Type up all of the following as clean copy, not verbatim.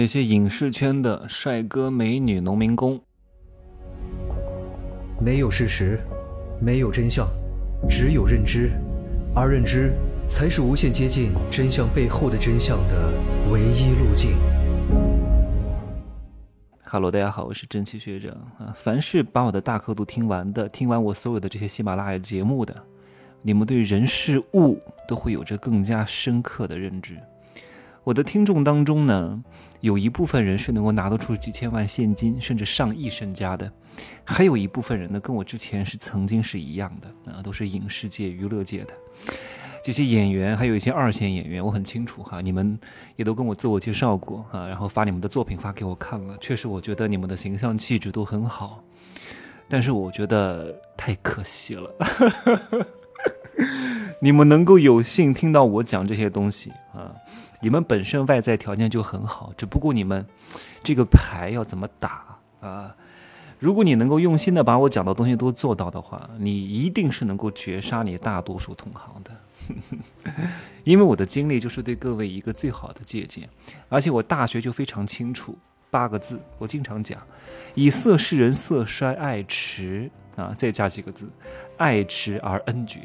那些影视圈的帅哥美女农民工。 没有事实，没有真相，只有认知，而认知才是无限接近真相背后的真相的唯一路径。 Hello， 大家好，我是真奇学长啊。凡是把我的大课都听完的，听完我所有的这些喜马拉雅节目的，你们对人事物都会有着更加深刻的认知。我的听众当中呢，有一部分人是能够拿得出几千万现金甚至上亿身家的，还有一部分人呢，跟我之前是曾经是一样的啊，都是影视界娱乐界的这些演员，还有一些二线演员，我很清楚哈，你们也都跟我自我介绍过啊，然后发你们的作品发给我看了，确实我觉得你们的形象气质都很好，但是我觉得太可惜了你们能够有幸听到我讲这些东西啊，你们本身外在条件就很好，只不过你们这个牌要怎么打啊？如果你能够用心的把我讲的东西都做到的话，你一定是能够绝杀你大多数同行的因为我的经历就是对各位一个最好的借鉴，而且我大学就非常清楚8个字，我经常讲，以色示人，色衰爱弛啊，再加几个字，爱弛而恩绝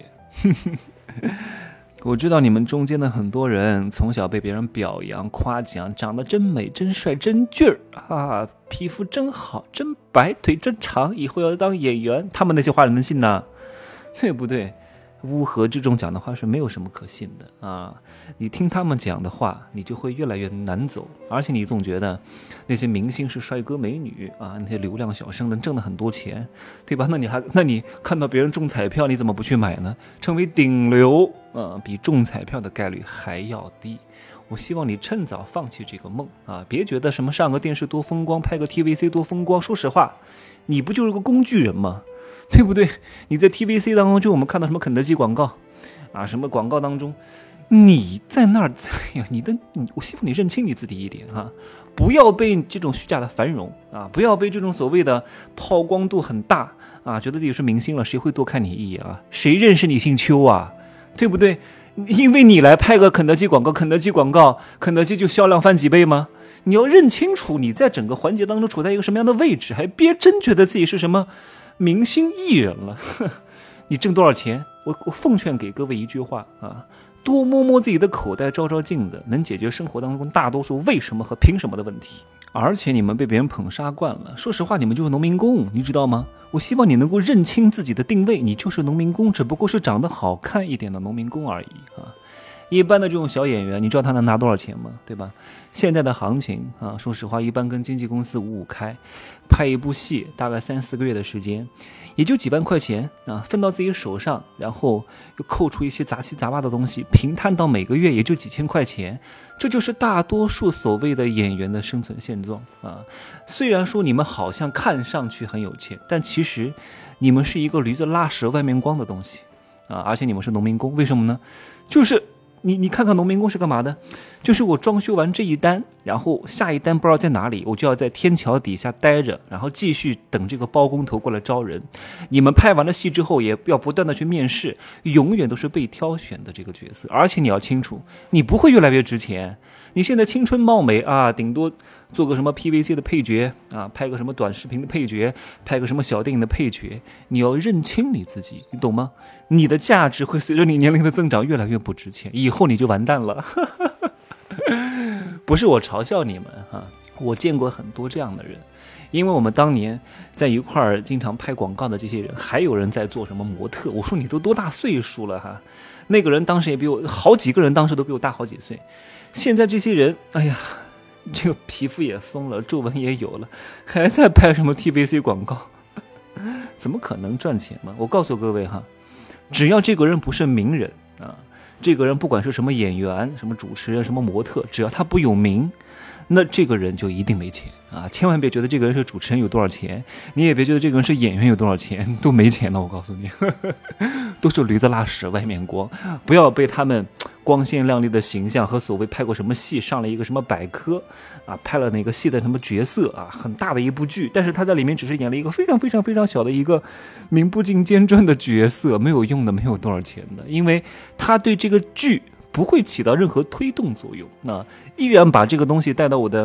我知道你们中间的很多人从小被别人表扬夸奖，长得真美真帅真俊儿啊，皮肤真好真白，腿真长，以后要当演员，他们那些话能信呢？对不对？乌合之众讲的话是没有什么可信的啊！你听他们讲的话，你就会越来越难走，而且你总觉得那些明星是帅哥美女啊，那些流量小生能挣了很多钱，对吧？那你看到别人中彩票，你怎么不去买呢？成为顶流比中彩票的概率还要低。我希望你趁早放弃这个梦啊！别觉得什么上个电视多风光，拍个 TVC 多风光。说实话，你不就是个工具人吗？对不对？你在 TVC 当中，就我们看到什么肯德基广告啊，什么广告当中，你在那儿，哎呀，我希望你认清你自己一点啊，不要被这种虚假的繁荣啊，不要被这种所谓的曝光度很大啊，觉得自己是明星了，谁会多看你一眼啊？谁认识你姓邱啊？对不对？因为你来拍个肯德基广告，肯德基就销量翻几倍吗？你要认清楚你在整个环节当中处在一个什么样的位置，还别真觉得自己是什么明星艺人了你挣多少钱？我奉劝给各位一句话啊，多摸摸自己的口袋，照照镜子，能解决生活当中大多数为什么和凭什么的问题。而且你们被别人捧杀惯了，说实话，你们就是农民工，你知道吗？我希望你能够认清自己的定位，你就是农民工，只不过是长得好看一点的农民工而已啊。一般的这种小演员，你知道他能拿多少钱吗？对吧？现在的行情啊，说实话，一般跟经纪公司五开，拍一部戏大概3-4个月的时间，也就几万块钱啊，分到自己手上，然后又扣除一些杂七杂八的东西，平摊到每个月也就几千块钱，这就是大多数所谓的演员的生存现状啊。虽然说你们好像看上去很有钱，但其实你们是一个驴子拉屎外面光的东西啊，而且你们是农民工，为什么呢？就是你看看农民工是干嘛的？就是我装修完这一单，然后下一单不知道在哪里，我就要在天桥底下待着，然后继续等这个包工头过来招人。你们拍完了戏之后，也要不断的去面试，永远都是被挑选的这个角色。而且你要清楚，你不会越来越值钱。你现在青春貌美啊，顶多做个什么 PVC 的配角啊，拍个什么短视频的配角，拍个什么小电影的配角。你要认清你自己，你懂吗？你的价值会随着你年龄的增长越来越不值钱，以后你就完蛋了不是我嘲笑你们哈，我见过很多这样的人，因为我们当年在一块儿经常拍广告的这些人，还有人在做什么模特。我说你都多大岁数了哈？那个人当时也比我，好几个人当时都比我大好几岁。现在这些人，哎呀，这个皮肤也松了，皱纹也有了，还在拍什么 TVC 广告，怎么可能赚钱嘛？我告诉各位哈，只要这个人不是名人啊，这个人不管是什么演员、什么主持人、什么模特，只要他不有名，那这个人就一定没钱啊！千万别觉得这个人是主持人有多少钱，你也别觉得这个人是演员有多少钱，都没钱了。我告诉你，都是驴子拉屎外面光，不要被他们光鲜亮丽的形象和所谓拍过什么戏，上了一个什么百科啊，拍了哪个戏的什么角色啊，很大的一部剧，但是他在里面只是演了一个非常非常非常小的一个名不见经传的角色，没有用的，没有多少钱的，因为他对这个剧不会起到任何推动作用，那依然把这个东西带到我的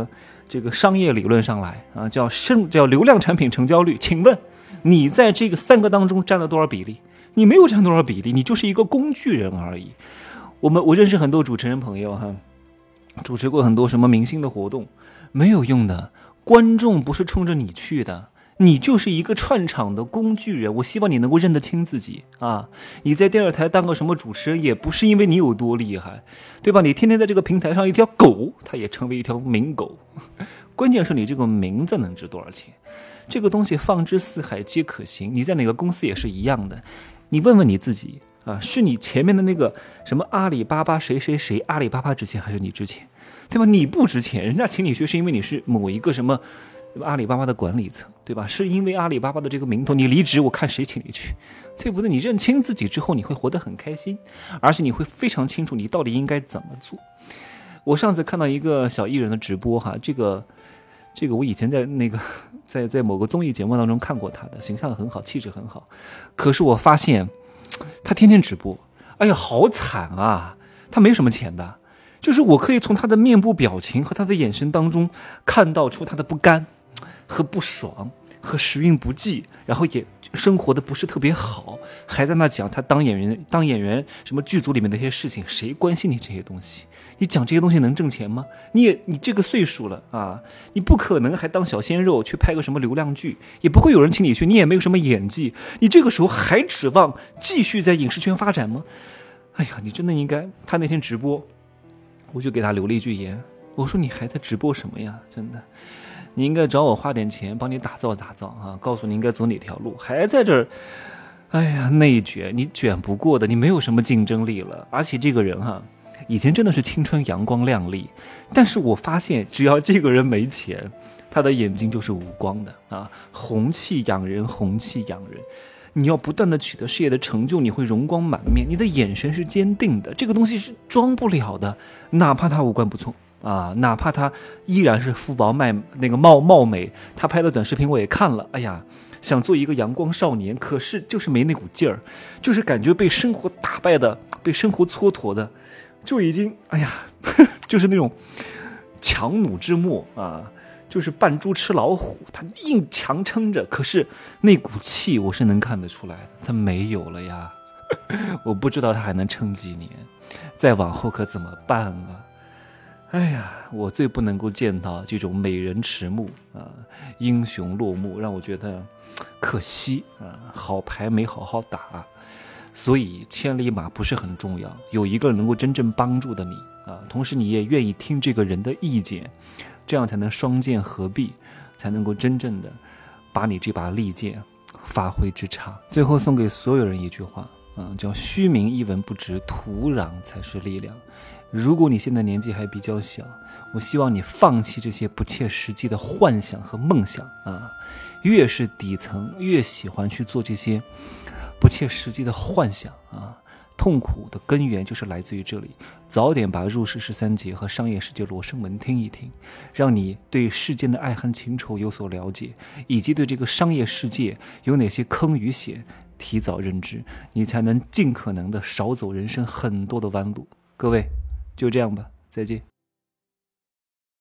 这个商业理论上来啊，叫流量产品成交率。请问你在这个3个当中占了多少比例？你没有占多少比例，你就是一个工具人而已。我认识很多主持人朋友哈，主持过很多什么明星的活动，没有用的，观众不是冲着你去的，你就是一个串场的工具人。我希望你能够认得清自己啊！你在电视台当个什么主持人，也不是因为你有多厉害，对吧？你天天在这个平台上，一条狗它也成为一条名狗，关键是你这个名字能值多少钱？这个东西放之四海皆可行，你在哪个公司也是一样的。你问问你自己啊，是你前面的那个什么阿里巴巴谁谁谁，阿里巴巴值钱还是你值钱，对吧？你不值钱，人家请你去是因为你是某一个什么阿里巴巴的管理层，对吧？是因为阿里巴巴的这个名头，你离职我看谁请你去，对不对？你认清自己之后，你会活得很开心，而且你会非常清楚你到底应该怎么做。我上次看到一个小艺人的直播哈，这个我以前在那个在某个综艺节目当中看过他的，形象很好，气质很好。可是我发现他天天直播，哎呀，好惨啊！他没什么钱的，就是我可以从他的面部表情和他的眼神当中看到出他的不甘和不爽和时运不济，然后也生活的不是特别好，还在那讲他当演员什么剧组里面的一些事情，谁关心你这些东西？你讲这些东西能挣钱吗？你这个岁数了啊，你不可能还当小鲜肉去拍个什么流量剧，也不会有人请你去，你也没有什么演技，你这个时候还指望继续在影视圈发展吗？哎呀，你真的应该，他那天直播，我就给他留了一句言，我说你还在直播什么呀？真的，你应该找我花点钱帮你打造啊，告诉你应该走哪条路，还在这儿，哎呀，内卷，你卷不过的，你没有什么竞争力了。而且这个人哈，以前真的是青春阳光亮丽，但是我发现只要这个人没钱，他的眼睛就是无光的啊，红气养人，红气养人。你要不断的取得事业的成就，你会容光满面，你的眼神是坚定的，这个东西是装不了的，哪怕他五官不错啊，哪怕他依然是肤薄那个貌美，他拍的短视频我也看了，哎呀，想做一个阳光少年，可是就是没那股劲儿，就是感觉被生活打败的，被生活蹉跎的，就已经哎呀，就是那种强弩之末啊，就是扮猪吃老虎，他硬强撑着，可是那股气我是能看得出来的，他没有了呀。我不知道他还能撑几年，再往后可怎么办啊？哎呀，我最不能够见到这种美人迟暮啊，英雄落幕，让我觉得可惜啊，好牌没好好打。所以千里马不是很重要，有一个人能够真正帮助的你啊，同时你也愿意听这个人的意见，这样才能双剑合璧，才能够真正的把你这把利剑发挥之长。最后送给所有人一句话叫虚名一文不值，土壤才是力量。如果你现在年纪还比较小，我希望你放弃这些不切实际的幻想和梦想啊！越是底层，越喜欢去做这些不切实际的幻想啊！痛苦的根源就是来自于这里。早点把入世13节和商业世界罗生门听一听，让你对世间的爱恨情仇有所了解，以及对这个商业世界有哪些坑与险提早认知，你才能尽可能的少走人生很多的弯路。各位就这样吧，再见。